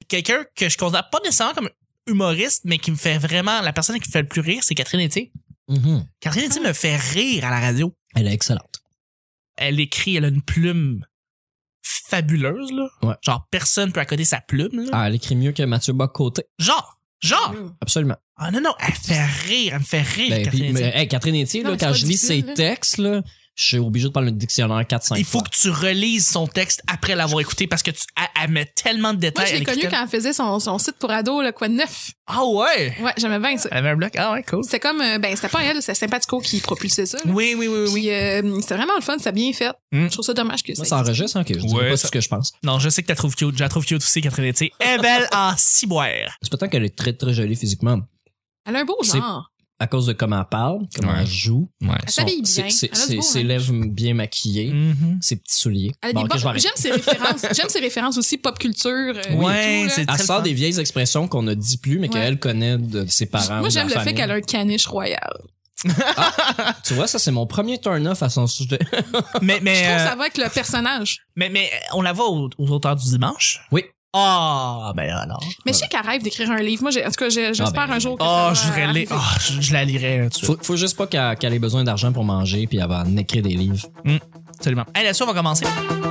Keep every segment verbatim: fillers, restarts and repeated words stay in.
quelqu'un que je considère pas nécessairement comme humoriste, mais qui me fait vraiment, la personne qui me fait le plus rire, c'est Catherine Etier. Mm-hmm. Catherine Etier me fait rire à la radio. Elle est excellente. Elle écrit, elle a une plume fabuleuse, là. Ouais. Genre, personne peut accoter sa plume, là. Ah, elle écrit mieux que Mathieu Bock-Côté. Genre, genre. Absolument. Ah non, non, elle fait rire, elle me fait rire, Ben, Catherine puis, Etier. mais, hey, Catherine Etier, Non, là, mais quand c'est je pas lis difficile, ses là. textes, là, je suis obligé de parler le dictionnaire quatre cinq Il faut fois. que tu relises son texte après l'avoir écouté parce que tu, elle, elle met tellement de Moi, détails. je l'ai elle connue écrit quand elle faisait son, son site pour ados, le quoi de neuf. Ah ouais? Ouais, j'aimais bien ça. Elle avait un bloc. Ah ouais, cool. C'était comme, euh, ben, c'était pas elle, c'était Sympathico qui propulsait ça. là. Oui, oui, oui, oui. Puis, euh, c'était vraiment le fun, c'était bien fait. Mm. Je trouve ça dommage que Moi, ça. ça enregistre, hein, que je dis Ouais, pas ça- ce que je pense. Non, je sais que tu la trouves cute. Je la trouve cute aussi, Catherine Etier. Elle est belle en ciboire. C'est peut-être qu'elle est très, très jolie physiquement. Elle a un beau C'est- genre. À cause de comment elle parle, comment Ouais. elle joue. Ouais. Elle s'habille bien. Ses, ses, Elle a du ses, beau ses linge. lèvres bien maquillées, Mm-hmm. ses petits souliers. Elle a Bon, des ok, je vais bonnes- arrêter. J'aime ses références. J'aime ses références aussi pop culture. euh, Ouais, et tout, là. c'est très Elle sort fun. des vieilles expressions qu'on ne dit plus, mais Ouais. qu'elle connaît de ses parents. Moi, ou de j'aime la le fait famille. qu'elle a un caniche royal. Tu vois, ça, c'est mon premier turn-off à son sujet. Mais, mais, Je trouve que euh, ça va avec le personnage. mais, mais, on la voit aux, aux auteurs du dimanche. Oui. Ah, ben alors. Mais je sais qu'elle rêve d'écrire un livre. Moi, j'ai- en tout cas, j'ai- j'espère ben, un jour que Ah, ça je va voudrais lire. arriver. Ah, je, je la lirais. là, tu Faut, faut juste pas qu'elle qu'elle ait besoin d'argent pour manger, puis elle va en écrire des livres. Absolument. Hey, là-dessus, on va commencer.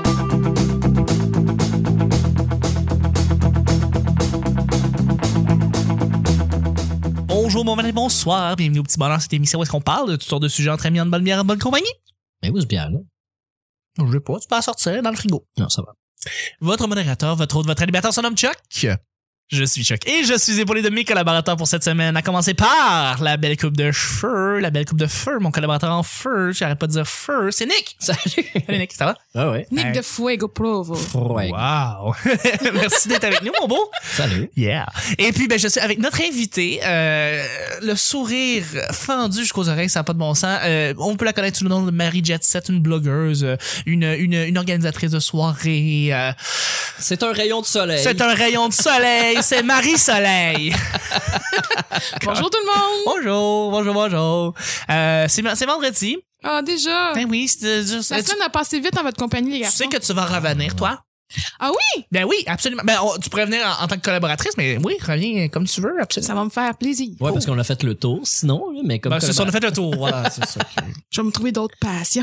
Bonjour, bon matin, bonsoir. Bienvenue au Petit Bonheur, cette émission où est-ce qu'on parle de toutes sortes de sujets entre amis, en bonne bière, en bonne compagnie. Mais où ce bière, là? Je sais pas, tu peux en sortir dans le frigo. Non, ça va. Votre modérateur, votre hôte, votre animateur se nomme Chuck. Je suis Chuck et je suis épaulé de mes collaborateurs pour cette semaine, à commencer par la belle coupe de cheveux, la belle coupe de feu, mon collaborateur en feu, j'arrête pas de dire feu, c'est Nick. Salut! Salut Nick, ça va? Ah ouais. Nick Hey. de Fuego Provo. Ouais. Wow! Merci d'être avec nous, mon beau. Salut. Yeah. Et puis, ben, je suis avec notre invité, euh, le sourire fendu jusqu'aux oreilles, ça n'a pas de bon sens. Euh, on peut la connaître sous le nom de Marie Jet Set, une blogueuse, euh, une, une, une organisatrice de soirée. Euh, C'est un rayon de soleil. c'est un rayon de soleil, c'est Marie Soleil. Bonjour tout le monde. Bonjour, bonjour, bonjour. Euh, c'est, c'est vendredi. Ah, déjà. Ben oui, c'est juste. La tu, semaine a passé vite en votre compagnie, les tu garçons. sais que tu vas revenir, toi? Ah oui? Ben oui, absolument. Ben, on- tu pourrais venir en, en tant que collaboratrice, mais oui, reviens comme tu veux, absolument. Ça va me faire plaisir. Ouais, parce qu'on a fait le tour, sinon, là, mais comme. Ben, c'est ça, on a fait le tour, voilà, c'est ça. Je vais me trouver d'autres passions.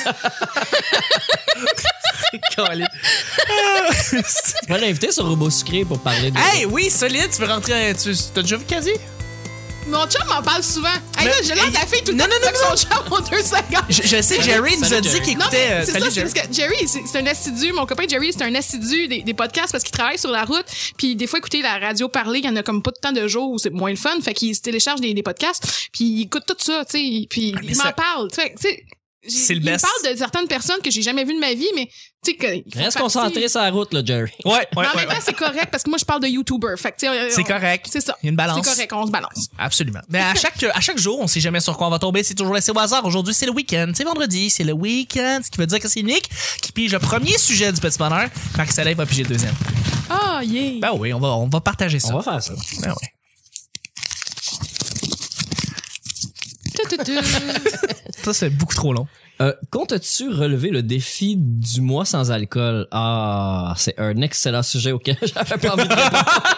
Colin. On va l'inviter sur Robot Sucré pour parler de. Hey, oui, solide, tu veux rentrer. Tu t'as déjà vu Quasi? Mon chum m'en parle souvent. Hey, Mais- là, j'ai l'air de la fille tout le Non, temps non, avec son chum en deux secondes. Je, je sais, Jerry nous a Salut, dit Jerry. qu'il Non, écoutait. mais euh, c'est salut, ça, c'est Jerry. parce que Jerry, c'est c'est un assidu. Mon copain Jerry, c'est un assidu des, des podcasts parce qu'il travaille sur la route. Puis des fois, écouter la radio parler, il y en a comme pas de temps de jours où c'est moins le fun. Fait qu'il se télécharge des, des podcasts. Puis il écoute tout ça, tu sais. Puis Ah, mais il ça- m'en parle. Tu sais, tu sais, j'ai- C'est le il best. me parle de certaines personnes que j'ai jamais vues de ma vie, mais tu sais que. ils font Reste partie- concentré sur la route, là, Jerry. Ouais, ouais, Mais en ouais. même temps, c'est correct parce que moi, je parle de YouTuber. Fait que, tu sais, C'est on- correct. C'est ça. Il y a une balance. C'est correct, on se balance. Absolument. Mais à chaque, à chaque jour, on sait jamais sur quoi on va tomber. C'est toujours laissé au hasard. Aujourd'hui, c'est le week-end. C'est vendredi. C'est le week-end. Ce qui veut dire que c'est Nick qui pige le premier sujet du Petit Bonheur. Marie-Soleil va piger le deuxième. Ah, yeah. Ben oui, on va, on va partager ça. On va faire ça. Ben oui. Tu, tu, tu. Ça, c'est beaucoup trop long. Euh, comptes-tu relever le défi du mois sans alcool? Ah, c'est un excellent sujet auquel j'avais pas envie de répondre.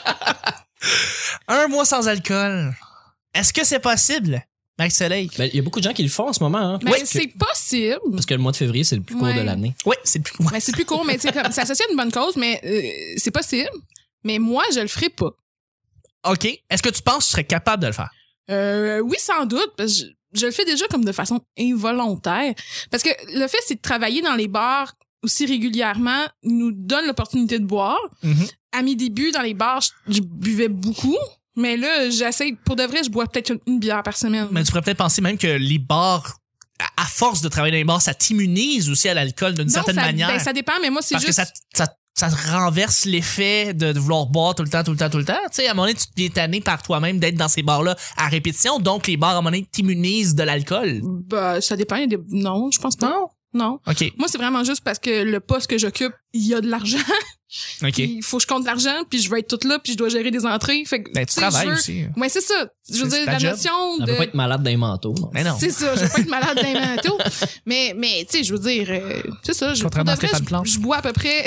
Un mois sans alcool. Est-ce que c'est possible, Marie-Soleil? Ben, il y a beaucoup de gens qui le font en ce moment, hein. Mais Oui. c'est possible. Parce que le mois de février, c'est le plus court Ouais. de l'année. Oui, c'est le plus. Ouais. Mais c'est plus court, mais c'est comme, c'est associé à une bonne cause, mais euh, c'est possible. Mais moi, je le ferai pas. OK. Est-ce que tu penses que tu serais capable de le faire? Euh, oui, sans doute, parce que je, je le fais déjà comme de façon involontaire. Parce que le fait, c'est de travailler dans les bars aussi régulièrement nous donne l'opportunité de boire. Mhm. À mes débuts, dans les bars, je, je buvais beaucoup. Mais là, j'essaie, pour de vrai, je bois peut-être une, une bière par semaine. Mais tu pourrais peut-être penser même que les bars, à, à force de travailler dans les bars, ça t'immunise aussi à l'alcool d'une Non, certaine ça, manière. ben, ça dépend, mais moi, c'est parce juste... que ça, ça, ça renverse l'effet de, de vouloir boire tout le temps, tout le temps, tout le temps. Tu sais, à un moment donné, tu t'es tanné par toi-même d'être dans ces bars-là à répétition. Donc, les bars, à un moment donné, t'immunisent de l'alcool. Ben, ça dépend. Il y a des... Non, je pense pas. Non? Non. OK. Moi, c'est vraiment juste parce que le poste que j'occupe, il y a de l'argent. OK. Il faut que je compte l'argent, puis je vais être toute là, puis je dois gérer des entrées. Fait que, Ben, tu sais, travailles je veux... aussi. Ouais, c'est ça. Je veux C'est dire, ta la job. notion Elle de... peut pas être malade d'un manteau. Non. Mais non. C'est ça, je veux pas être malade d'un manteau. Mais, mais, tu sais, je veux dire, euh, c'est ça, je, Contrairement pour de à vrai, Stéphane Plante. je, je bois à peu près,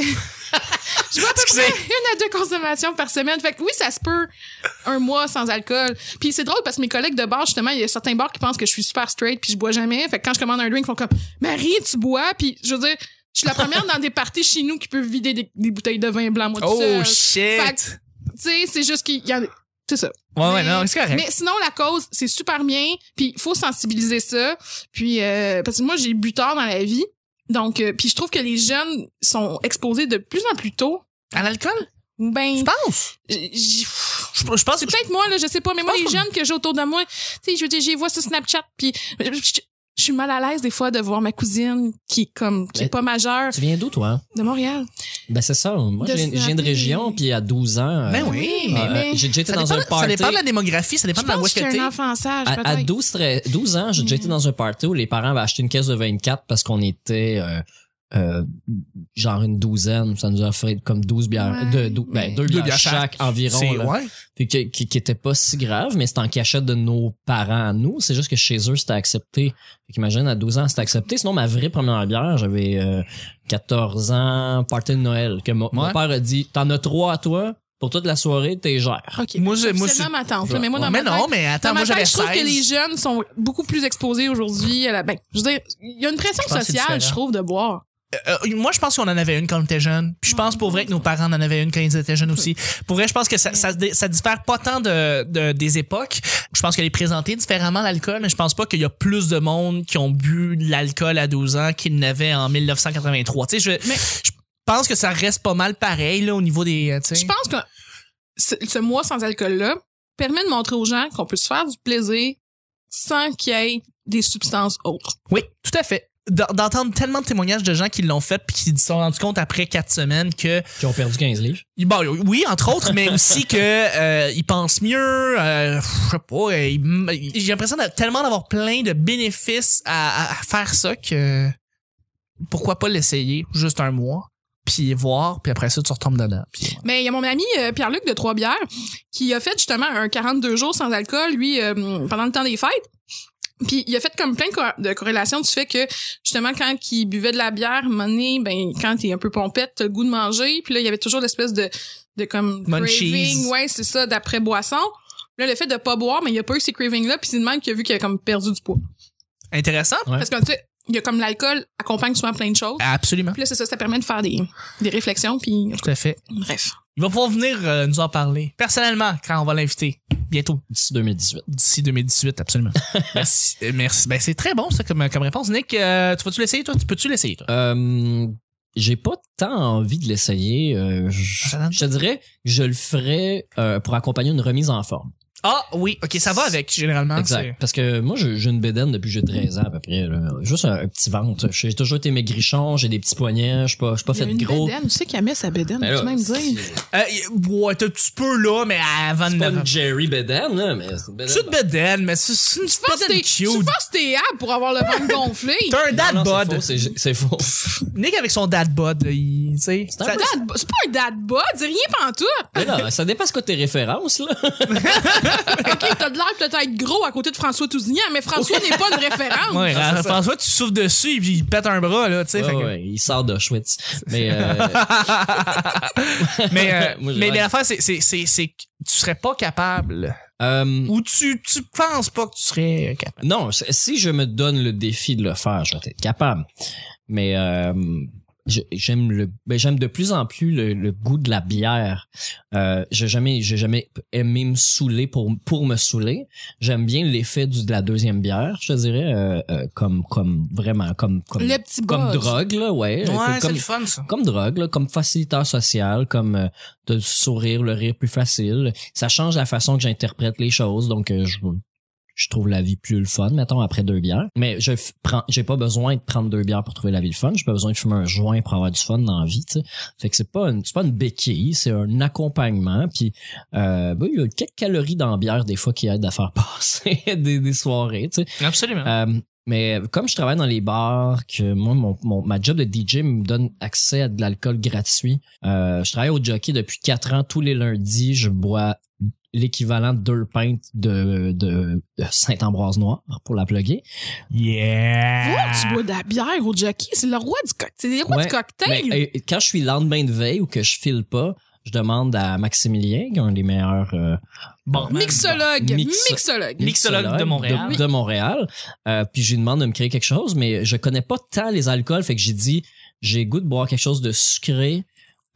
je bois à peu Excusez. près une à deux consommations par semaine. Fait que oui, ça se peut un mois sans alcool. Puis c'est drôle parce que mes collègues de bar, justement, il y a certains bars qui pensent que je suis super straight puis je bois jamais. Fait que quand je commande un drink, ils font comme, Marie, tu bois? Puis je veux dire, je suis la première dans des parties chez nous qui peut vider des, des bouteilles de vin blanc, moi, tout Oh, seul. shit! Fait que, tu sais, c'est juste qu'il y a, c'est ça. Ouais, ouais, Mais- non, c'est correct. Mais sinon, la cause, c'est super bien. Puis il faut sensibiliser ça. Puis euh, parce que moi, j'ai bu tard dans la vie. Donc, euh, puis je trouve que les jeunes sont exposés de plus en plus tôt. À l'alcool? Ben, Tu penses? j- j- Je, je pense c'est que... peut-être moi, là, je sais pas. Mais moi, pense les que- jeunes que j'ai autour de moi, tu sais, je veux dire, j'y vois sur Snapchat. Puis je, je- je suis mal à l'aise des fois de voir ma cousine qui est comme, qui est Mais- pas majeure, Tu viens d'où, toi? de Montréal. Ben, c'est ça. Moi, De je viens, je viens de snapper. région, puis à douze ans... Ben euh, oui, euh, mais... mais- j'ai déjà été Ça dans dépend, un ça party... dépend de la démographie, ça dépend Je de la pense où que est-ce je que suis un t'es. enfant sage, À, à peut-être. douze, très- douze ans, j'ai déjà été dans un party où les parents avaient acheté une caisse de vingt-quatre parce qu'on était euh, euh, genre une douzaine. Ça nous a offert comme douze bières, Ouais, de, dou- ben, mais- deux Deux bières bières chaque. chaque environ. C'est, là. ouais. Puis qui, qui, qui était pas si grave, mais c'était en cachette de nos parents à nous. C'est juste que chez eux, c'était accepté. Fait qu'imagine, à douze ans, c'était accepté. Sinon, ma vraie première bière, j'avais euh, quatorze ans, party de Noël, que mo- mon Ouais. père a dit, t'en as trois à toi, pour toute la soirée, t'es gère. OK. Moi, j'ai- moi, Officiellement ma tante, là, mais moi, dans mais ma non, tête, mais attends, dans ma moi, j'avais tête, je trouve que les seize. jeunes sont beaucoup plus exposés aujourd'hui à la, ben, je veux dire, il y a une pression Je pense que c'est sociale, je différent. trouve, de boire. Euh, moi, je pense qu'on en avait une quand on était jeune. Puis je pense pour vrai que nos parents en avaient une quand ils étaient jeunes aussi. Pour vrai, je pense que ça, ça, ça diffère pas tant de, de des époques. Je pense qu'elle est présentée différemment, l'alcool, mais je pense pas qu'il y a plus de monde qui ont bu de l'alcool à douze ans qu'ils n'avaient en dix-neuf cent quatre-vingt-trois. Tu sais, je, Mais- je pense que ça reste pas mal pareil là au niveau des. euh, tu sais. Je pense que ce, ce mois sans alcool-là permet de montrer aux gens qu'on peut se faire du plaisir sans qu'il y ait des substances autres. Oui, tout à fait. D- D'entendre tellement de témoignages de gens qui l'ont fait puis qui se sont rendus compte après quatre semaines que Qui ont perdu quinze livres. bon, oui, entre autres, mais aussi que euh, ils pensent mieux. Euh, je sais pas. euh, ils- J'ai l'impression de tellement d'avoir plein de bénéfices à, à faire ça que pourquoi pas l'essayer juste un mois puis voir puis après ça tu retombes dedans. Puis, ouais. Mais il y a mon ami euh, Pierre-Luc de Trois-Bières qui a fait justement un quarante-deux jours sans alcool, lui, euh, pendant le temps des fêtes. Puis il a fait comme plein de, cor- de corrélations du fait que justement quand il buvait de la bière, à un moment donné, ben quand t'es un peu pompette, t'as le goût de manger. Puis là il y avait toujours l'espèce de de comme Munchies. craving, ouais c'est ça, d'après boisson. Là le fait de pas boire, mais il a pas eu ces cravings là, puis c'est le même qu'il a vu qu'il a comme perdu du poids. Intéressant. Ouais. Parce que tu sais, il y a comme l'alcool accompagne souvent plein de choses. Absolument. Puis là c'est ça, ça permet de faire des des réflexions puis Tout à fait. bref. Il va pouvoir venir euh, nous en parler personnellement quand on va l'inviter bientôt. D'ici deux mille dix-huit. D'ici deux mille dix-huit, absolument. merci. euh, Merci. Ben, c'est très bon, ça, comme, comme réponse. Nick, euh, tu vas-tu l'essayer, toi? Tu peux-tu l'essayer, toi? Euh, j'ai pas tant envie de l'essayer. Euh, je, Ça donne- je te dirais que je le ferais euh, pour accompagner une remise en forme. Ah, oui. OK, ça va avec, généralement. Exact. Parce que moi, j'ai j'ai une bédaine depuis que j'ai treize ans à peu près. Là. Juste un, un petit ventre. J'ai toujours été maigrichon, j'ai des petits poignets, je suis pas, je suis pas Il y a fait une gros. bédaine, tu sais qu'il met sa bédaine, Ben tu là, même dire. c'est Euh, ouais, t'as un petit peu là, mais avant de c'est pas neuf ans. une Jerry bédaine, là, mais c'est une bédaine. C'est une bedaine, mais c'est c'est une Tu forces bedaine tes, tu cute. forces tes abs pour avoir le ventre gonflé. T'as un dad Non, non, bod. c'est faux, c'est- c'est faux. Nick avec son dad bod, il, tu sais. C'est un ça- peu- Dad, c'est pas un dad bod, dis rien pantoute. Mais là, ça dépasse quoi tes références, là? OK, t'as de l'air peut-être gros à côté de François Tousignan, mais François n'est pas une référence. Ouais, Ah, c'est ça. François, tu souffles dessus et puis il pète un bras, là, tu sais. Ouais, fait que- ouais, il sort de chouette. Mais, euh, Mais, euh, Moi, je mais, rêve. mais l'affaire, c'est, c'est, c'est, c'est que tu serais pas capable. euh, Ou tu, tu penses pas que tu serais capable. non, c- si je me donne le défi de le faire, je vais être capable. Mais euh, je- j'aime le, ben, j'aime de plus en plus le, le goût de la bière. Euh, j'ai jamais, j'ai jamais aimé me saouler pour pour me saouler. J'aime bien l'effet du, de la deuxième bière, je te dirais, euh, euh, comme comme vraiment comme comme Le petit comme buzz. drogue là, ouais. Ouais, c'est comme, le fun, ça. comme drogue, là, comme facilitateur social, comme euh, de sourire, le rire plus facile. Ça change la façon que j'interprète les choses, donc euh, je je trouve la vie plus le fun, mettons, après deux bières. Mais je f- prends, j'ai pas besoin de prendre deux bières pour trouver la vie le fun. J'ai pas besoin de fumer un joint pour avoir du fun dans la vie, tu sais. Fait que c'est pas une, c'est pas une béquille, c'est un accompagnement. Puis, euh, ben, il y a quelques calories dans la bière, des fois, qui aident à faire passer des, des soirées, tu sais. Absolument. Euh, Mais comme je travaille dans les bars, que moi, mon, mon ma job de D J me donne accès à de l'alcool gratuit. Euh, je travaille au Jockey depuis quatre ans. Tous les lundis, je bois l'équivalent de deux pintes de, de, de Saint-Ambroise noir pour la plugger. Yeah! Oh, tu bois de la bière au Jockey, c'est le roi du cocktail. C'est les rois Ouais, du cocktail. Mais, euh, quand je suis lendemain de veille ou que je file pas, je demande à Maximilien, qui est un des meilleurs euh, Bon, Mixologue. Mix- Mixologue. Mixologue de Montréal. de, de Montréal. Euh, puis je lui demande de me créer quelque chose, mais je connais pas tant les alcools, fait que j'ai dit j'ai goût de boire quelque chose de sucré,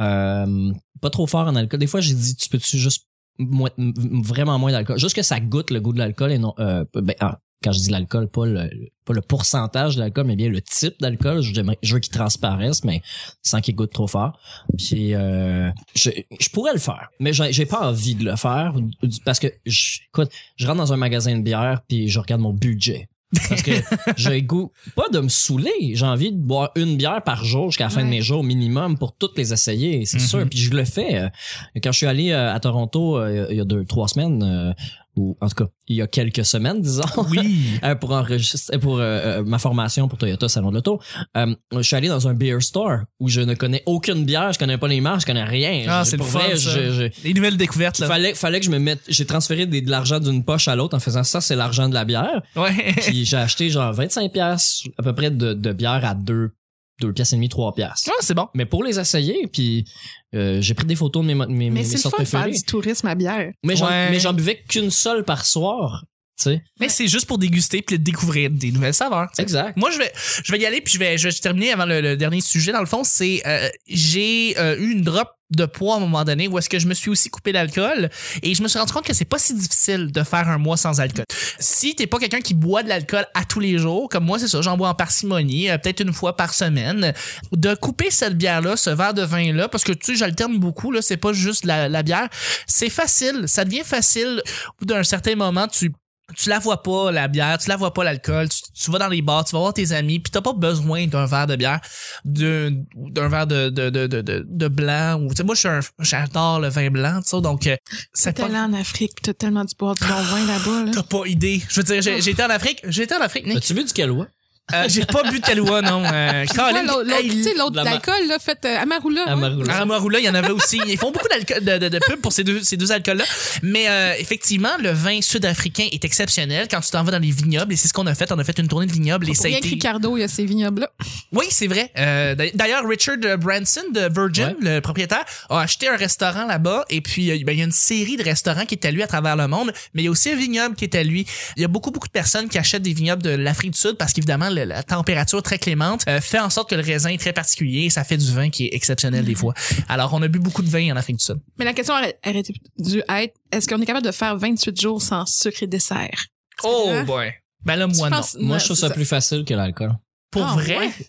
euh, pas trop fort en alcool. Des fois j'ai dit tu peux-tu juste moins, vraiment moins d'alcool, juste que ça goûte le goût de l'alcool et non euh, ben, ah, quand je dis l'alcool, pas le pas le pourcentage de l'alcool, mais bien le type d'alcool. Je, je veux qu'il transparaisse, mais sans qu'il goûte trop fort. Puis euh, je, je pourrais le faire, mais j'ai, j'ai pas envie de le faire parce que je, écoute, je rentre dans un magasin de bière puis je regarde mon budget. Parce que j'ai goût pas de me saouler, j'ai envie de boire une bière par jour jusqu'à la fin ouais. de mes jours minimum pour toutes les essayer, c'est Mm-hmm. sûr. Puis je le fais. Quand je suis allé à Toronto il y a deux trois semaines, ou en tout cas il y a quelques semaines disons, Oui. pour enregistrer pour euh, ma formation pour Toyota Salon de l'Auto, euh, je suis allé dans un beer store où je ne connais aucune bière, je connais pas les marques, je connais rien. Ah, Je- c'est le pour fun, vrai, ça. je- je- Les nouvelles découvertes, il là. fallait fallait que je me mette, j'ai transféré des, de l'argent d'une poche à l'autre en faisant ça, c'est l'argent de la bière. Ouais. Puis j'ai acheté genre vingt-cinq piastres à peu près de, de bière à deux deux piastres et demi, trois piastres. Ah, c'est bon. Mais pour les essayer, puis euh, j'ai pris des photos de mes, mes, Mais mes c'est le sortes fun de faire préférées. du tourisme à bière. Mais j'en, Ouais. mais j'en buvais qu'une seule par soir, tu sais. Mais c'est juste pour déguster puis découvrir des nouvelles saveurs. t'sais. Exact. Moi, je vais, je vais y aller puis je vais, je vais terminer avant le, le dernier sujet. Dans le fond, c'est euh, j'ai euh, eu une drop de poids à un moment donné où est-ce que je me suis aussi coupé d'alcool et je me suis rendu compte que c'est pas si difficile de faire un mois sans alcool. Si t'es pas quelqu'un qui boit de l'alcool à tous les jours, comme moi, c'est ça, j'en bois en parcimonie, euh, peut-être une fois par semaine, de couper cette bière-là, ce verre de vin-là, parce que tu sais, j'alterne beaucoup, là, c'est pas juste la, la bière, c'est facile, ça devient facile. Au bout d'un certain moment, tu tu la vois pas, la bière, tu la vois pas, l'alcool, tu, tu vas dans les bars, tu vas voir tes amis, puis t'as pas besoin d'un verre de bière, d'un, d'un verre de, de, de, de, de, de blanc, ou, tu sais, moi, je suis un, j'adore le vin blanc, tu sais, donc, euh, c'est T'es pas, allé en Afrique pis t'as tellement dû boire du bon vin là-bas, là. t'as pas idée. Je veux dire, j'ai, j'ai été en Afrique, j'ai été en Afrique, Nick. As-tu bu du Kahlua? Euh, j'ai pas bu de Kahlua, non. Euh, Tu vois, Caroline, l'autre, l'autre- hey, tu sais, l'autre de la ma- d'alcool, là, fait euh, Amarula. ouais. Amarula. à Amarula, il y en avait aussi. Ils font beaucoup d'alcool, de, de, de pubs pour ces deux, ces deux alcools-là. Mais euh, effectivement, le vin sud-africain est exceptionnel quand tu t'en vas dans les vignobles. Et c'est ce qu'on a fait. On a fait une tournée de vignobles. Et Pour ça a rien que été... Ricardo, il y a ces vignobles-là. Oui, c'est vrai. Euh, D'ailleurs, Richard Branson de Virgin, Ouais. le propriétaire, a acheté un restaurant là-bas. Et puis, euh, ben, il y a une série de restaurants qui est à lui à travers le monde. Mais il y a aussi un vignoble qui est à lui. Il y a beaucoup, beaucoup de personnes qui achètent des vignobles de l'Afrique du Sud parce qu'évidemment, le- la température très clémente euh, fait en sorte que le raisin est très particulier et ça fait du vin qui est exceptionnel des fois. Alors, on a bu beaucoup de vin en Afrique du Sud. Mais la question aurait aurait dû être, est-ce qu'on est capable de faire vingt-huit jours sans sucre et dessert? Oh Hein? boy. Ben là, moi, Je non. pense- Moi, Ouais, je trouve c'est ça ça. plus facile que l'alcool. Pour Ah, vrai? ouais.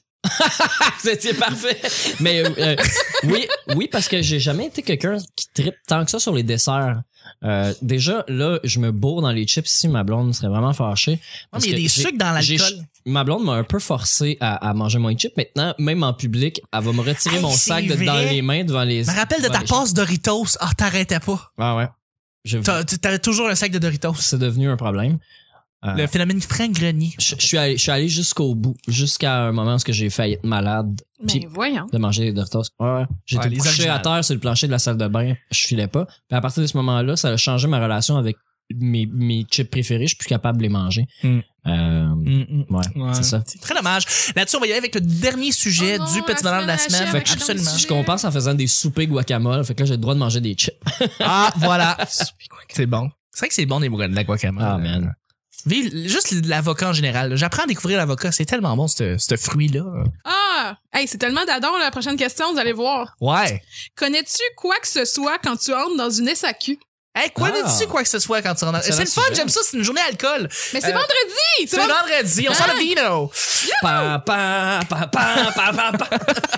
C'était parfait. Mais euh, euh, oui, oui, parce que j'ai jamais été quelqu'un qui trippe tant que ça sur les desserts. Euh, déjà, là, je me bourre dans les chips ici, ma blonde serait vraiment fâchée. Ouais, Parce mais il y a que des j'ai- sucres dans j'ai- l'alcool. Ma blonde m'a un peu forcé à, à manger moins de chips. Maintenant, même en public, elle va me retirer Hey, mon c'est sac de, dans vrai. les mains devant les... Je me rappelle de devant ta les passe Doritos. Ah, t'arrêtais pas. chips. Ah ouais. Je- T'as- T'avais toujours un sac de Doritos. C'est devenu un problème. Euh, Le phénomène Frank Grenier. je, je suis allé, je suis allé jusqu'au bout, jusqu'à un moment où j'ai failli être malade. Puis Mais voyons. de manger des Doritos. Ouais, ouais. J'étais Ouais, les couché originales. à terre sur le plancher de la salle de bain. Je filais pas. Puis à partir de ce moment-là, ça a changé ma relation avec mes, mes chips préférés. Je suis plus capable de les manger. Mm. Euh, Mm, mm. ouais, Ouais. c'est ça. C'est très dommage. Là-dessus, on va y aller avec le dernier sujet Oh non, du petit la bonheur de la semaine semaine. achève avec Absolument. le Je compense en faisant des soupers guacamole. Fait que là, j'ai le droit de manger des chips. Ah, voilà. C'est bon. C'est vrai que c'est bon des de la guacamole. Ah, man. Vive juste l'avocat en général. J'apprends à découvrir l'avocat. C'est tellement bon, ce ce fruit-là. Ah! Hey, c'est tellement d'adon, la prochaine question, vous allez voir. Ouais. Connais-tu quoi que ce soit quand tu entres dans une S A Q? Hey, quoi Ah. dis-tu quoi que ce soit quand tu rentres? Excellent C'est le fun, sujet. j'aime ça, c'est une journée alcool. Mais c'est Euh, vendredi! C'est vend- vendredi, on sort le vino. Pa, pa, pa, pa, pa, pa, pa.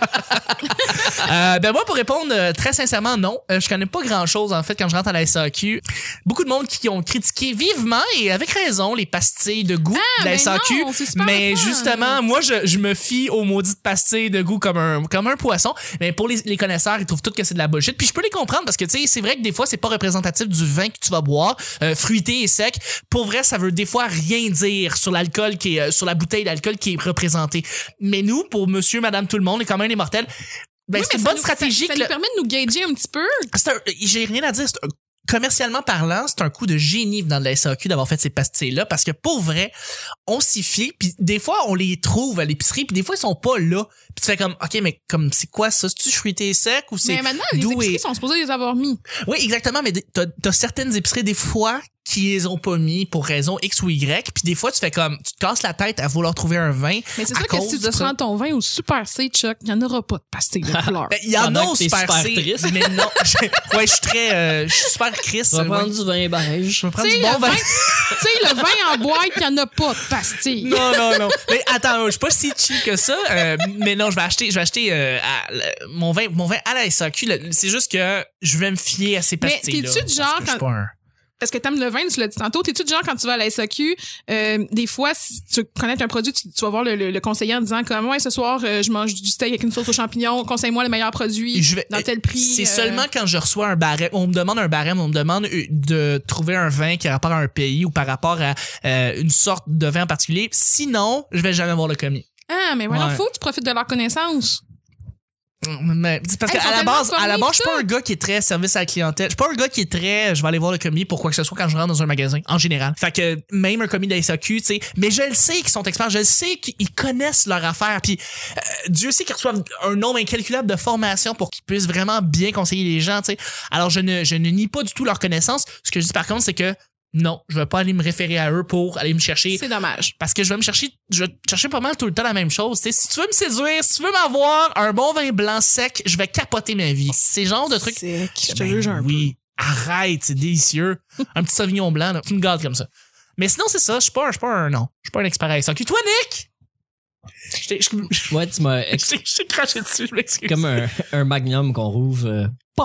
Euh, ben moi, pour répondre euh, très sincèrement, non. Euh, je connais pas grand-chose, en fait, quand je rentre à la S A Q. Beaucoup de monde qui ont critiqué vivement, et avec raison, les pastilles de goût Ah, de la ben S A Q. non, c'est super Mais le fun. justement, moi, je, je me fie aux maudites pastilles de goût comme un, comme un poisson. Mais pour les, les connaisseurs, ils trouvent tout que c'est de la bullshit. Puis je peux les comprendre, parce que, tu sais, c'est vrai que des fois, c'est pas représentatif du vin que tu vas boire, euh, fruité et sec. Pour vrai, ça veut des fois rien dire sur l'alcool qui est, euh, sur la bouteille d'alcool qui est représentée. Mais nous, pour monsieur, madame, tout le monde, et quand même les mortels, ben, Oui, c'est une ça bonne nous, stratégie. Ça, ça que nous le- permet de nous gager un petit peu. c'est un- j'ai rien à dire. C'est un- commercialement parlant, c'est un coup de génie dans la S A Q d'avoir fait ces pastilles-là parce que pour vrai, on s'y fie puis des fois on les trouve à l'épicerie puis des fois ils sont pas là. Puis tu fais comme OK mais comme c'est quoi ça? C'est-tu fruité et sec ou c'est Mais maintenant, les doux épiceries et- sont supposées les avoir mis. Oui, exactement, mais t'as, t'as certaines épiceries des fois qui les ont pas mis pour raison X ou Y, puis des fois tu fais comme tu te casses la tête à vouloir trouver un vin. Mais c'est à sûr que cause si de tu ça. prends ton vin au Super C, Chuck, il n'y en aura pas de pastilles de couleur. Ben, il y en Pendant a que au t'es Super super C, triste. mais non. Je, ouais, je suis très euh, je suis super Chris. On va ouais. prendre du vin beige. Je vais prendre Tu du sais, bon le vin. vin, tu sais, le vin en boîte, il n'y en a pas de pastilles. Non, non, non. Mais attends, je suis pas si cheap que ça. euh, mais non, je vais acheter, je vais acheter euh, à- le- mon vin, mon vin à la S A Q. le- C'est juste que je vais me fier à ces Mais pastilles. t'es-tu du genre quand- Pas un... Parce que t'aimes le vin, tu l'as dit tantôt. T'es-tu du genre quand tu vas à la S A Q, euh, des fois, si tu connais un produit, tu, tu vas voir le, le, le conseiller en disant comme ouais, ce soir, euh, je mange du steak avec une sauce aux champignons. Conseille-moi le meilleur produit Je vais- dans tel prix. C'est euh, seulement quand je reçois un barème, on me demande un barème, on me demande de trouver un vin qui a rapport à un pays ou par rapport à euh, une sorte de vin en particulier. Sinon, je vais jamais voir le commis. Ah, mais voilà, Ouais. faut que tu profites de leur connaissance. Mais c'est parce Hey, qu'à ils sont la base, tellement à la base, je suis formés, pas un gars qui est très service à la clientèle. Je suis pas un gars qui est très, je vais aller voir le commis pour quoi que ce soit quand je rentre dans un magasin, en général. Fait que même un commis de la S A Q, tu sais, mais je le sais qu'ils sont experts, je le sais qu'ils connaissent leur affaire. Puis euh, Dieu sait qu'ils reçoivent un nombre incalculable de formations pour qu'ils puissent vraiment bien conseiller les gens, tu sais. Alors je ne, je ne nie pas du tout leur connaissance. Ce que je dis par contre, c'est que non, je vais pas aller me référer à eux pour aller me chercher. C'est dommage. Parce que je vais me chercher, je vais chercher pas mal tout le temps la même chose. T'sais, si tu veux me séduire, si tu veux m'avoir un bon vin blanc sec, je vais capoter ma vie. C'est le genre de truc. C'est je te Ben juge un peu. oui, arrête, c'est délicieux. Un petit Sauvignon blanc, là, tu me gardes comme ça. Mais sinon, c'est ça, je suis pas, je suis pas un, non, je suis pas un expert à S A Q. Toi, Nick? Je t'ai, je, je, Ouais, tu m'as je ex- t'ai- je t'ai craché dessus, je m'excuse. comme un, un magnum qu'on rouvre. euh, pop!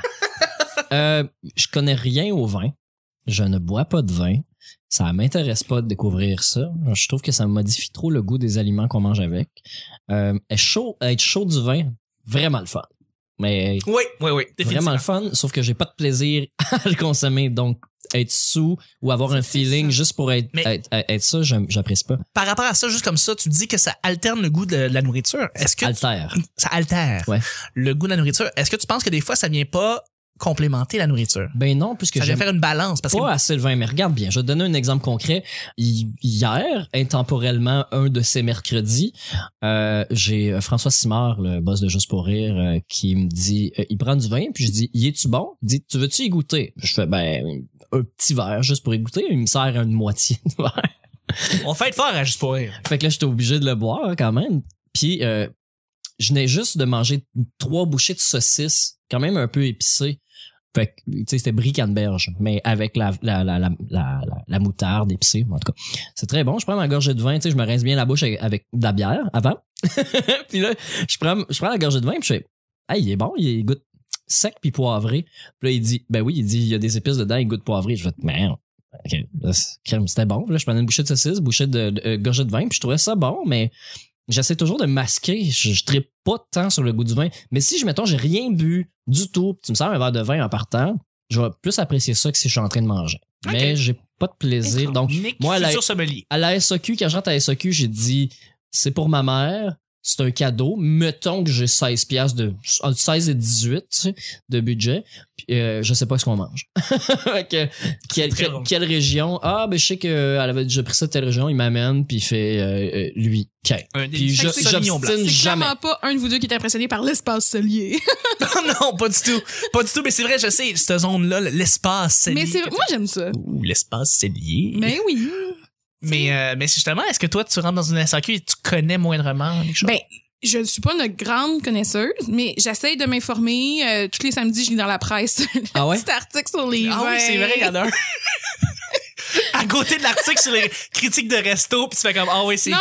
euh, je connais rien au vin. Je ne bois pas de vin. Ça m'intéresse pas de découvrir ça. Je trouve que ça modifie trop le goût des aliments qu'on mange avec. Euh, être chaud, être chaud du vin, vraiment le fun. Mais Oui, oui, oui, vraiment le définitivement. fun, sauf que j'ai pas de plaisir à le consommer. Donc, être sous ou avoir un feeling juste pour être, Mais- être, être ça, j'aime- j'apprécie pas. Par rapport à ça, juste comme ça, tu dis que ça alterne le goût de, de la nourriture. Est-ce que tu- Alter. ça altère Ouais. le goût de la nourriture? Est-ce que tu penses que des fois, ça vient pas complémenter la nourriture? Ben non, puisque Ça vient j'aime faire une balance parce que pas assez le vin, mais regarde bien. Je vais te donner un exemple concret. Hi- Hier, intemporellement, un de ces mercredis, euh, j'ai euh, François Simard, le boss de Juste pour rire, euh, qui me dit, euh, il prend du vin, puis je dis, y es-tu bon? Il dit, tu veux-tu y goûter? Je fais, ben, un petit verre juste pour y goûter. Il me sert une moitié de verre. on fait être fort à juste pour rire. Fait que là, j'étais obligé de le boire quand même. Puis, euh, je venais juste de manger trois bouchées de saucisse, quand même un peu épicées. Fait que, tu sais, c'était brie canneberge, mais avec la, la, la, la, la, la, la moutarde épicée, en tout cas. C'est très bon. Je prends ma gorgée de vin, tu sais, je me rince bien la bouche avec, avec de la bière avant. Puis là, je prends, je prends la gorgée de vin, puis je fais, hey, il est bon, il goûte sec puis poivré. Puis là, il dit, ben oui, il dit, il y a des épices dedans, il goûte poivré. Je fais, merde. OK, là, c'est- crème, c'était bon. Puis là, je prenais une bouchée de saucisse, bouchée de, de euh, gorgée de vin, puis je trouvais ça bon, mais j'essaie toujours de masquer. Je, je trippe pas tant sur le goût du vin. Mais si, je mettons, j'ai rien bu du tout, puis tu me sers un verre de vin en partant, je vais plus apprécier ça que si je suis en train de manger. Ok. Mais j'ai pas de plaisir. Donc, Nick, moi, la- futur sommelier. à la S A Q, quand je rentre à la S A Q, j'ai dit, c'est pour ma mère, c'est un cadeau. Mettons que j'ai seize piastres de, entre seize et dix-huit, tu sais, de budget. Puis, euh, je sais pas ce qu'on mange. Fait que, quelle, très quelle, bon. quelle région? Ah, ben, je sais qu'elle avait déjà pris ça de telle région, il m'amène, puis il fait, euh, euh, lui, OK. Un Puis je, Fait que c'est Sauvignon blanc. j'obstine C'est jamais. clairement pas un de vous deux qui est impressionné par l'espace cellier. non, non, pas du tout. Pas du tout, mais c'est vrai, je sais, cette zone-là, l'espace, c'est Mais lié. c'est moi j'aime ça. Ouh, l'espace, c'est lié. Mais oui. Mais, euh, mais justement, est-ce que toi, tu rentres dans une S A Q et tu connais moindrement les choses? Ben, je ne suis pas une grande connaisseuse, mais j'essaye de m'informer. Euh, tous les samedis, je lis dans la presse Ah ouais? un petit article sur les ah vins. oui, c'est vrai, il y en a un. à côté de l'article sur les critiques de resto, puis tu fais comme, ah oui, c'est... Non, mais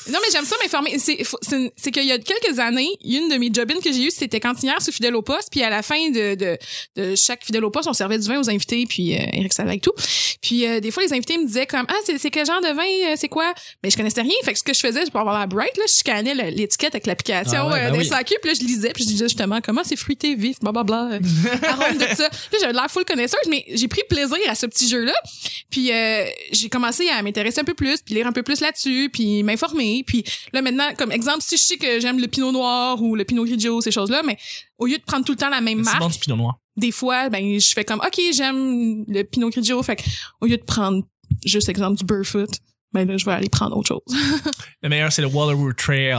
Non, mais j'aime ça m'informer. C'est, c'est, c'est qu'il y a quelques années, une de mes job-ins que j'ai eues, c'était cantinière sous Fidèle au poste. Puis à la fin de, de, de chaque Fidèle au poste, on servait du vin aux invités. Puis euh, Eric Salva et tout. Puis euh, des fois, les invités me disaient comme, ah, c'est, c'est quel genre de vin, euh, c'est quoi? Mais je connaissais rien. Fait que ce que je faisais, pour avoir la bright, là, je scannais le, l'étiquette avec l'application Ah ouais, euh, ben des oui. S A Q. Puis là, je lisais. Puis je disais justement, comment c'est fruité, vif, blablabla. Arôme de ça. Puis là, j'avais de l'air full connaisseuse, mais j'ai pris plaisir à ce petit jeu-là. Puis euh, j'ai commencé à m'intéresser un peu plus, puis lire un peu plus là-dessus, puis m'informer. Puis là, maintenant, comme exemple, si je sais que j'aime le Pinot Noir ou le Pinot Grigio, ces choses-là, mais au lieu de prendre tout le temps la même C'est marque, bon du pinot noir. des fois, ben je fais comme, OK, j'aime le Pinot Grigio. Fait que, au lieu de prendre juste exemple du Burfoot, ben là, je vais aller prendre autre chose. Le meilleur, c'est le Wallaroo Trail.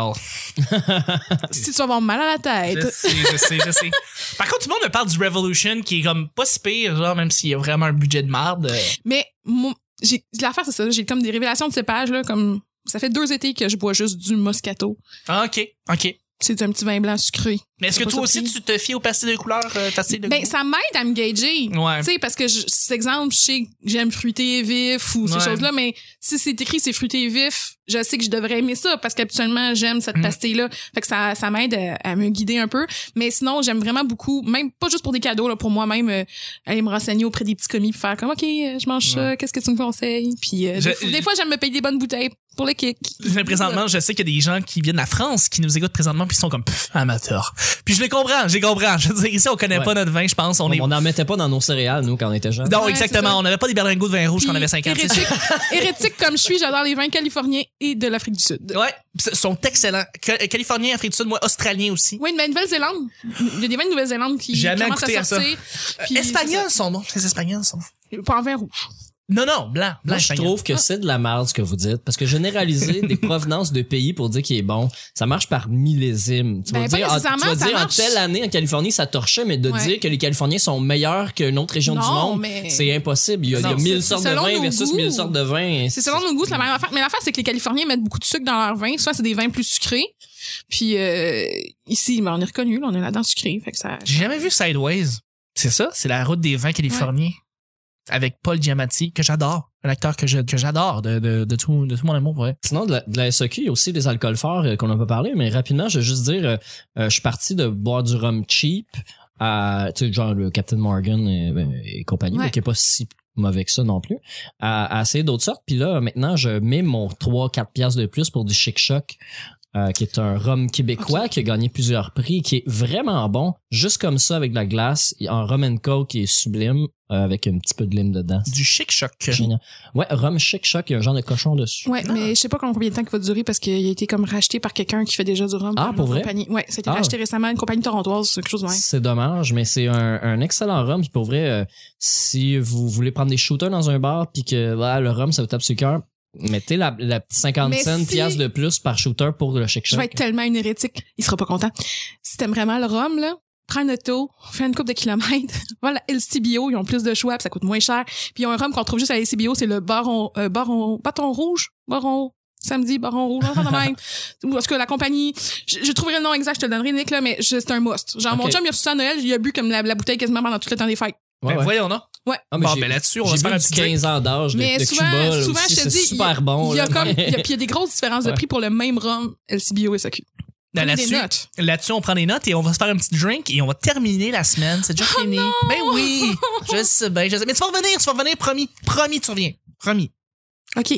Si tu vas avoir mal à la tête. Je sais, je sais, je sais. Par contre, tout le monde me parle du Revolution qui est comme pas si pire, genre, même s'il y a vraiment un budget de marde. Mais moi, j'ai l'affaire, c'est ça. J'ai comme des révélations de cépage, là, comme ça fait deux étés que je bois juste du Moscato. Ah, OK, OK. C'est un petit vin blanc sucré. Mais est-ce C'est que pas toi aussi, surpris. tu te fies aux pastilles de couleurs, euh, pastilles de Ben, goût? ça m'aide à me gager. Ouais. Tu sais, parce que, je, c'est exemple, je sais que j'aime fruité et vif ou ces Ouais. choses-là, mais si c'est écrit c'est fruité et vif, je sais que je devrais aimer ça parce qu'habituellement, j'aime cette Mm. pastille-là. Fait que ça, ça m'aide à, à me guider un peu. Mais sinon, j'aime vraiment beaucoup, même pas juste pour des cadeaux, là, pour moi-même, euh, aller me renseigner auprès des petits commis pour faire comme, OK, euh, je mange ça, qu'est-ce que tu me conseilles? Puis, euh, Je- des, fois- des fois, j'aime me payer des bonnes bouteilles pour le kick. Mais présentement, je sais qu'il y a des gens qui viennent de la France qui nous écoutent présentement puis ils sont comme pff, amateurs. Puis je les comprends, je les comprends. Je veux dire, ici, on connaît Ouais. pas notre vin, je pense. On est. On n'en mettait pas dans nos céréales, nous, quand on était jeunes. Non, Ouais, exactement. c'est ça. On n'avait pas des berlingots de vin rouge Puis, quand on avait cinquante. c'est sûr. hérétique, hérétique comme je suis, j'adore les vins californiens et de l'Afrique du Sud. Ouais, ils sont excellents. Ca- Californien, Afrique du Sud, moi, Australien aussi. Oui, mais Nouvelle-Zélande. Il y a des vins de Nouvelle-Zélande qui Jamais commencent goûté à à ça. sortir. Puis, Espagnols sont bons. Les Espagnols sont. c'est ça. Pas en vin rouge. Non, non, blanc. blanc Moi, je espagnol. trouve que c'est de la merde ce que vous dites, parce que généraliser des provenances de pays pour dire qu'il est bon, ça marche par millésime. Tu vas Ben, pas dire, ah, tu nécessairement, vas ça dire en marche. telle année en Californie, ça torchait, mais de Ouais. dire que les Californiens sont meilleurs qu'une autre région du Non, monde, mais- c'est impossible. Il y a, il y a Non, mille c'est- sortes de selon vins nos versus goûts. mille sortes de vins. C'est selon nos goûts, c'est la même affaire. Mais l'affaire, c'est que les Californiens mettent beaucoup de sucre dans leur vin. Soit c'est des vins plus sucrés. Puis euh, ici, ben, on est reconnu, là, on est là-dedans sucré. Fait que ça. J'ai jamais vu Sideways. C'est ça? C'est la route des vins californiens. Avec Paul Giamatti, que j'adore. Un acteur que je, que j'adore de, de, de tout, de tout mon amour pour elle. Sinon, de la, de la S A Q, il y a aussi des alcools forts euh, qu'on n'a pas parlé, mais rapidement, je vais juste dire, euh, euh, je suis parti de boire du rhum cheap à, tu sais, genre le Captain Morgan et, et compagnie, Ouais. mais qui est pas si mauvais que ça non plus, à, à essayer d'autres sortes. Puis là, maintenant, je mets mon trois quatre piastres de plus pour du Chic Choc, euh, qui est un rhum québécois qui a gagné plusieurs prix, qui est vraiment bon, juste comme ça avec de la glace, en rum and coke qui est sublime, euh, avec un petit peu de lime dedans. Du Chic Choc. Génial. Ouais, rhum Chic Choc, il y a un genre de cochon dessus. Ouais, mais je sais pas combien de temps qu'il va durer parce qu'il a été comme racheté par quelqu'un qui fait déjà du rhum. Ah, par pour une vrai? compagnie. Ouais, ça a été Ah. racheté récemment, une compagnie torontoise, quelque chose de même. C'est dommage, mais c'est un, un excellent rhum. Puis pour vrai, euh, si vous voulez prendre des shooters dans un bar, puis que voilà, le rhum, ça vous tape sur le cœur, mettez la, la petite cinquante Mais cents si- piastres de plus par shooter pour le Chic Je Choc. vais être tellement une hérétique. Il sera pas content. Si t'aimes vraiment le rhum, là, prends une auto, fais une couple de kilomètres, va à la L C B O, ils ont plus de choix, puis ça coûte moins cher. Puis ils ont un rhum qu'on trouve juste à la L C B O, c'est le baron, euh, baron, bâton rouge, baron, samedi, baron rouge, enfin de même. Ou parce que la compagnie, je, je trouverai le nom exact, je te le donnerai, Nick, là, mais je- c'est un must. Genre, mon Ok. chum, il a reçu ça à Noël, il a bu comme la, la bouteille quasiment pendant tout le temps des fêtes. Ouais, Ben, ouais. voyons, non? Ouais. Ah, mais Bon, j'ai- ben là-dessus, on va j'ai se faire bu un du petit drink. quinze ans d'âge de, Mais de souvent, Cuba. là, souvent, aussi, je te c'est dis, super bon. Il y a là. comme, il y a, puis il y a des grosses différences de Ouais. prix pour le même rhum L C B O et S A Q. Ben, Prenez des là-dessus, notes. là-dessus, on prend des notes et on va se faire un petit drink et on va terminer la semaine. C'est déjà fini. Ben oui. Je sais bien, je sais. Mais tu vas revenir, tu vas revenir, promis. Promis, tu reviens. Promis. OK.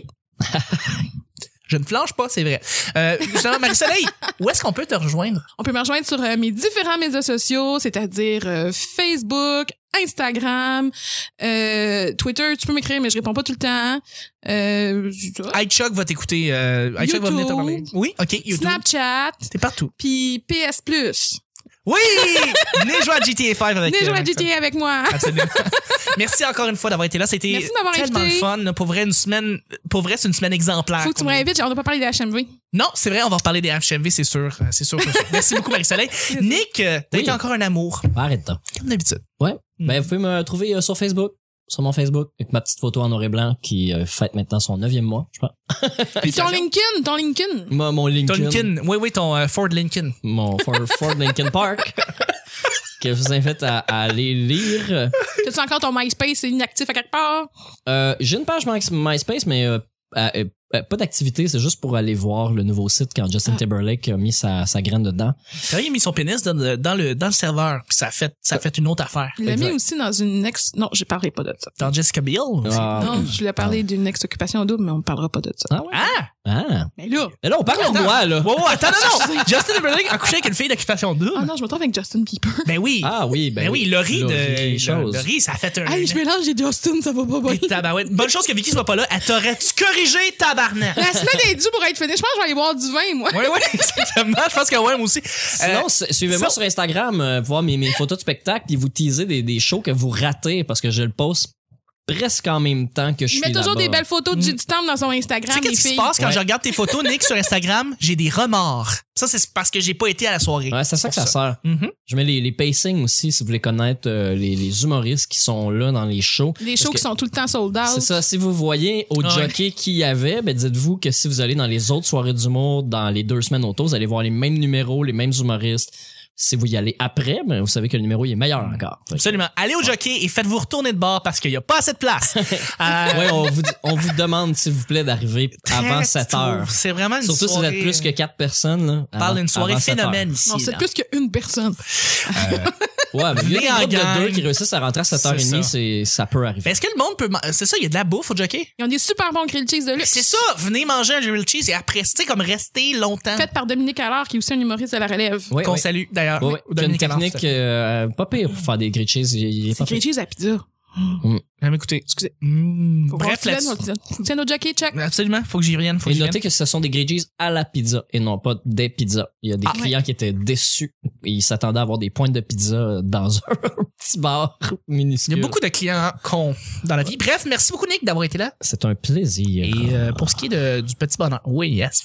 Je ne flanche pas, c'est vrai. Euh, justement, Marie-Soleil, où est-ce qu'on peut te rejoindre? On peut me rejoindre sur euh, mes différents médias sociaux, c'est-à-dire euh, Facebook, Instagram, euh, Twitter. Tu peux m'écrire, mais je réponds pas tout le temps. Euh, iChuck va t'écouter. Euh, iChuck va venir te YouTube. parler. Oui, OK, YouTube. Snapchat, T'es partout. puis P S Plus. Oui! Venez jouer à G T A cinq avec Venez euh, jouer à Marie-Soleil. G T A avec moi. Absolument. Merci encore une fois d'avoir été là. C'était Merci de m'avoir tellement invité. le fun. là. Pour vrai, une semaine, pour vrai, c'est une semaine exemplaire. Faut que tu me qu'on a. réinvites, on n'a pas parlé des H M V. Non, c'est vrai, on va reparler des H M V, c'est sûr. Euh, C'est sûr, c'est sûr. Merci beaucoup, Marie-Soleil. Nick, euh, t'as Oui. été encore un amour, Arrête toi. comme d'habitude. Ouais. Mm. Ben, vous pouvez me trouver euh, sur Facebook. Sur mon Facebook, avec ma petite photo en noir et blanc qui euh, fête maintenant son neuvième mois, je pense. Puis ton LinkedIn, ton LinkedIn. Moi, mon Lincoln. Ton Lincoln. Oui, oui, ton euh, Ford Lincoln. Mon Ford, Ford Lincoln Park. Que je vous invite à, à aller lire. T'as-tu encore ton MySpace inactif à quelque part? Euh, j'ai une page My- MySpace, mais euh, euh, Euh, pas d'activité, c'est juste pour aller voir le nouveau site quand Justin Ah. Timberlake a mis sa, sa graine dedans. Quand il a mis son pénis dans, le- dans le dans le serveur, puis ça a fait ça a fait une autre affaire. Il l'a Exact. mis aussi dans une ex... Non, je parlerai pas de ça. Dans Jessica Biel. Ah, Non, je lui ai parlé d'une ex-occupation double, mais on parlera pas de ça. ah ouais? Ah! Ah. Mais là... Mais là, on parle de Attends. moi, là. Wow, wow, attends, non, non! Justin Timberlake a couché avec une fille d'occupation double. Ah non, je me trompe avec Justin Bieber. Ben oui. Ah oui, ben, ben oui, Laurie Laurie, de chose. Laurie, ça a fait un. Hey, je mélange les Justin, ça va pas bien. Tabarouette. Bonne chose que Vicky soit pas là. Elle t'aurait-tu corrigé, tabarnak? La semaine est due pour être finie. Je pense que je vais aller boire du vin, moi. Oui, oui, exactement. Je pense que ouais, moi aussi. Sinon, Euh, s- suivez-moi ça- sur Instagram euh, pour voir mes, mes photos de spectacle puis vous teaser des, des shows que vous ratez parce que je le poste presque en même temps que je Il suis met toujours là-bas. des belles photos de J D Tam dans son Tu Instagram, sais les qu'est-ce qui se filles. passe quand Ouais. je regarde tes photos, Nick, sur Instagram? J'ai des remords. Ça, c'est parce que j'ai pas été à la soirée. Ouais, c'est ça que ça Pour sert. Mhm. Je mets les, les pacings aussi, si vous voulez connaître euh, les, les humoristes qui sont là dans les shows. Les Parce shows que qui sont tout le temps sold out. C'est ça. Si vous voyez au Ouais. jockey qui y avait, ben dites-vous que si vous allez dans les autres soirées d'humour, dans les deux semaines autour, vous allez voir les mêmes numéros, les mêmes humoristes. Si vous y allez après, ben vous savez que le numéro il est meilleur encore. Fait que- Absolument. Allez au jockey et faites-vous retourner de bord parce qu'il y a pas assez de place. Euh, Ouais, on vous, on vous demande, s'il vous plaît, d'arriver avant très sept tôt. heures. C'est vraiment une Surtout si vous soirée. êtes plus que quatre personnes. Là, On parle avant- d'une soirée avant sept phénomène ici. Non, c'est là. plus qu'une personne. heures. Ouais, mais il y a Venez des en groupes gang. de deux qui réussissent à rentrer à sept heures C'est trente, ça. c'est, ça peut Mais arriver. est-ce que le monde peut. ma- C'est ça, il y a de la bouffe au jockey? Ils ont des super bons grilled cheese de luxe. C'est ça, venez manger un grilled cheese et après, tu sais, comme rester longtemps. Fait par Dominique Allard, qui est aussi un humoriste de la relève. Ouais, Qu'on ouais. salue d'ailleurs. Ouais, ouais. Ou Il y a une Dominique Allard, technique c'est ça. euh, pas pire pour faire des grilled cheese. Il, il est C'est pas pire. grilled cheese à pizza. Jamais écouté. Excusez. Mmh, Faut bref, voir là-dessus. si tu tiens au jockey, check. Absolument, faut que j'y revienne. Faut que Et j'y notez revienne. que ce sont des grilled cheese à la pizza et non pas des pizzas. Il y a des Ah, clients qui étaient déçus. Ils s'attendaient à avoir des pointes de pizza dans un petit bar Il minuscule. y a beaucoup de clients cons dans la vie. Bref, merci beaucoup, Nick, d'avoir été là. C'est un plaisir. Et euh, pour ce qui est de- du petit bonheur. Oui, yes.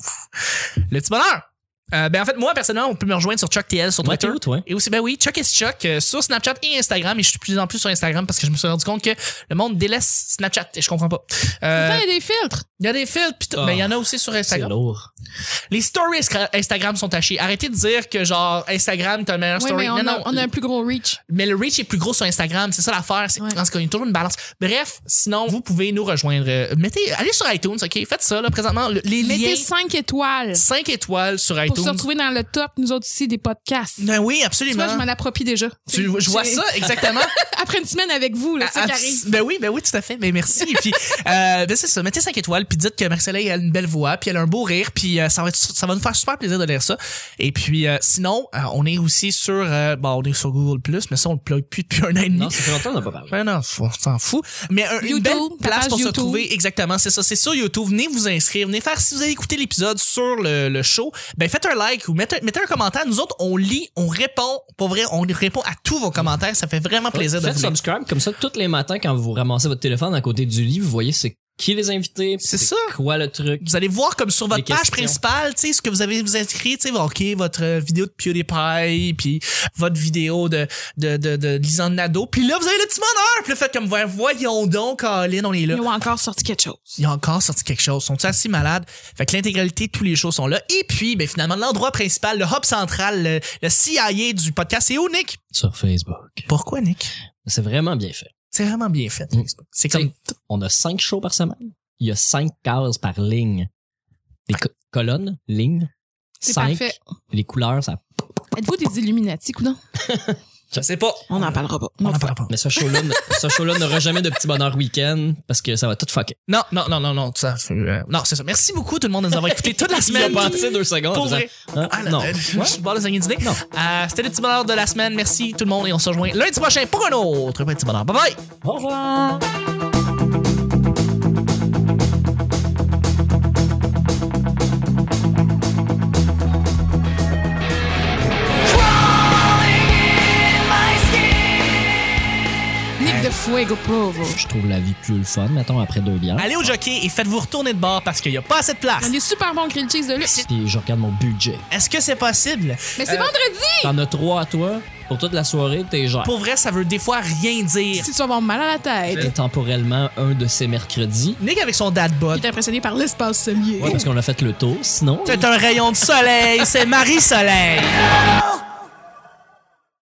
Le petit bonheur. Euh, ben en fait, moi, personnellement, on peut me rejoindre sur Chuck T L sur Ouais, Twitter. t'es où, toi? Et aussi, ben oui, Chuck is Chuck euh, sur Snapchat et Instagram. Et je suis de plus en plus sur Instagram parce que je me suis rendu compte que le monde délaisse Snapchat et je comprends pas. Euh, Pourtant, il y a des filtres. Il y a des filtres, pis tout, Oh, mais il y en a aussi sur C'est Instagram. lourd. Les stories Instra- Instagram sont tachées. Arrêtez de dire que genre Instagram t'as le meilleur Oui, story. mais on, non, a, non. on a un plus gros reach. Mais le reach est plus gros sur Instagram, c'est ça l'affaire. C'est, Ouais. en tout cas, il y a toujours une balance. Bref, sinon, vous pouvez nous rejoindre. Euh, Mettez, allez sur iTunes, ok? Faites ça, là, présentement. le- les Mettez liens cinq étoiles cinq étoiles sur pour iTunes. se retrouver dans le top, nous autres ici, des podcasts. Ben oui, Tu absolument. vois, je m'en approprie déjà. Tu- je vois J'ai- ça, exactement. Après une semaine avec vous, là, c'est ça qui Abs- arrive. Ben oui, ben oui, tout à fait. Ben merci. Et puis, euh, ben c'est ça. Mettez cinq étoiles, puis dites que Marcella a une belle voix, puis elle a un beau rire, puis euh, ça va être, ça va nous faire super plaisir de lire ça. Et puis, euh, sinon, euh, on est aussi sur, euh, bon, on est sur Google Plus, mais ça on le plug plus depuis un an et demi. Non, ça fait longtemps qu'on n'a pas parlé. Ben non, faut- on s'en fout. Mais un- une YouTube, belle ta place page pour se YouTube. retrouver. Exactement, c'est ça. C'est sur YouTube. Venez vous inscrire. Venez faire, si vous avez écouté l'épisode sur le, le show, ben faites un like ou mettez, mettez un commentaire. Nous autres, on lit, on répond. Pour vrai, on répond à tous vos commentaires. Ça fait vraiment plaisir de Faites vous lire. subscribe, comme ça, tous les matins, quand vous ramassez votre téléphone à côté du lit, vous voyez c'est qui les invités, C'est ça. quoi le truc. Vous allez voir comme sur votre Les page questions. principale, tu sais, ce que vous avez vous inscrit, tu sais, OK, votre euh, vidéo de PewDiePie, puis votre vidéo de de de, de Lisanne Nadeau, puis là vous avez le petit bonheur, puis là faites comme voyons donc, Colin, on est là. Ils ont encore sorti quelque chose. Il y a encore sorti quelque chose. Sont-ils assez malades? Fait que l'intégralité de tous les shows sont là. Et puis, ben finalement, l'endroit principal, le hub central, le, le C I A du podcast, c'est où, Nick? Sur Facebook. Pourquoi, Nick? C'est vraiment bien fait. C'est vraiment bien fait. Mm. C'est comme... On a cinq shows par semaine. Il y a cinq cases par ligne. Les co- colonnes, lignes. C'est Cinq. parfait. Les couleurs, ça. Êtes-vous des Illuminati, coudonc? Je sais pas. On n'en parlera pas. On Non, en parlera pas. Mais ce show-là, ne- ce show-là n'aura jamais de petit bonheur week-end parce que ça va tout fucker. Non, non, non, non, non, ça, fait, euh, non, c'est ça. Merci beaucoup tout le monde de nous avoir écoutés toute la Il a semaine. pensé deux secondes. Pour en faisant, vrai. Hein? Ah, non. euh, Ouais. Je suis bord de saigner d'idées. Non. Euh, C'était le petit bonheur de la semaine. Merci tout le monde et on se rejoint lundi prochain pour un autre petit bonheur. Bye bye! Au revoir. Nick de Fuego Provo. Je trouve la vie plus le fun, mettons, après deux bières. Allez au jockey et faites-vous retourner de bord parce qu'il n'y a pas assez de place. Ils ont des super bons grilled cheese de luxe. Puis je regarde mon budget. Est-ce que c'est possible? Mais c'est Euh, vendredi! T'en as trois à toi. Pour toute la soirée, t'es genre. Pour vrai, ça veut des fois rien dire. Si tu vas avoir mal à la tête. Temporellement, un de ces mercredis. Nick avec son dad bod. Il est impressionné par l'espace solaire. Ouais, parce qu'on a fait le tour. Sinon. C'est un rayon de soleil, c'est Marie-Soleil.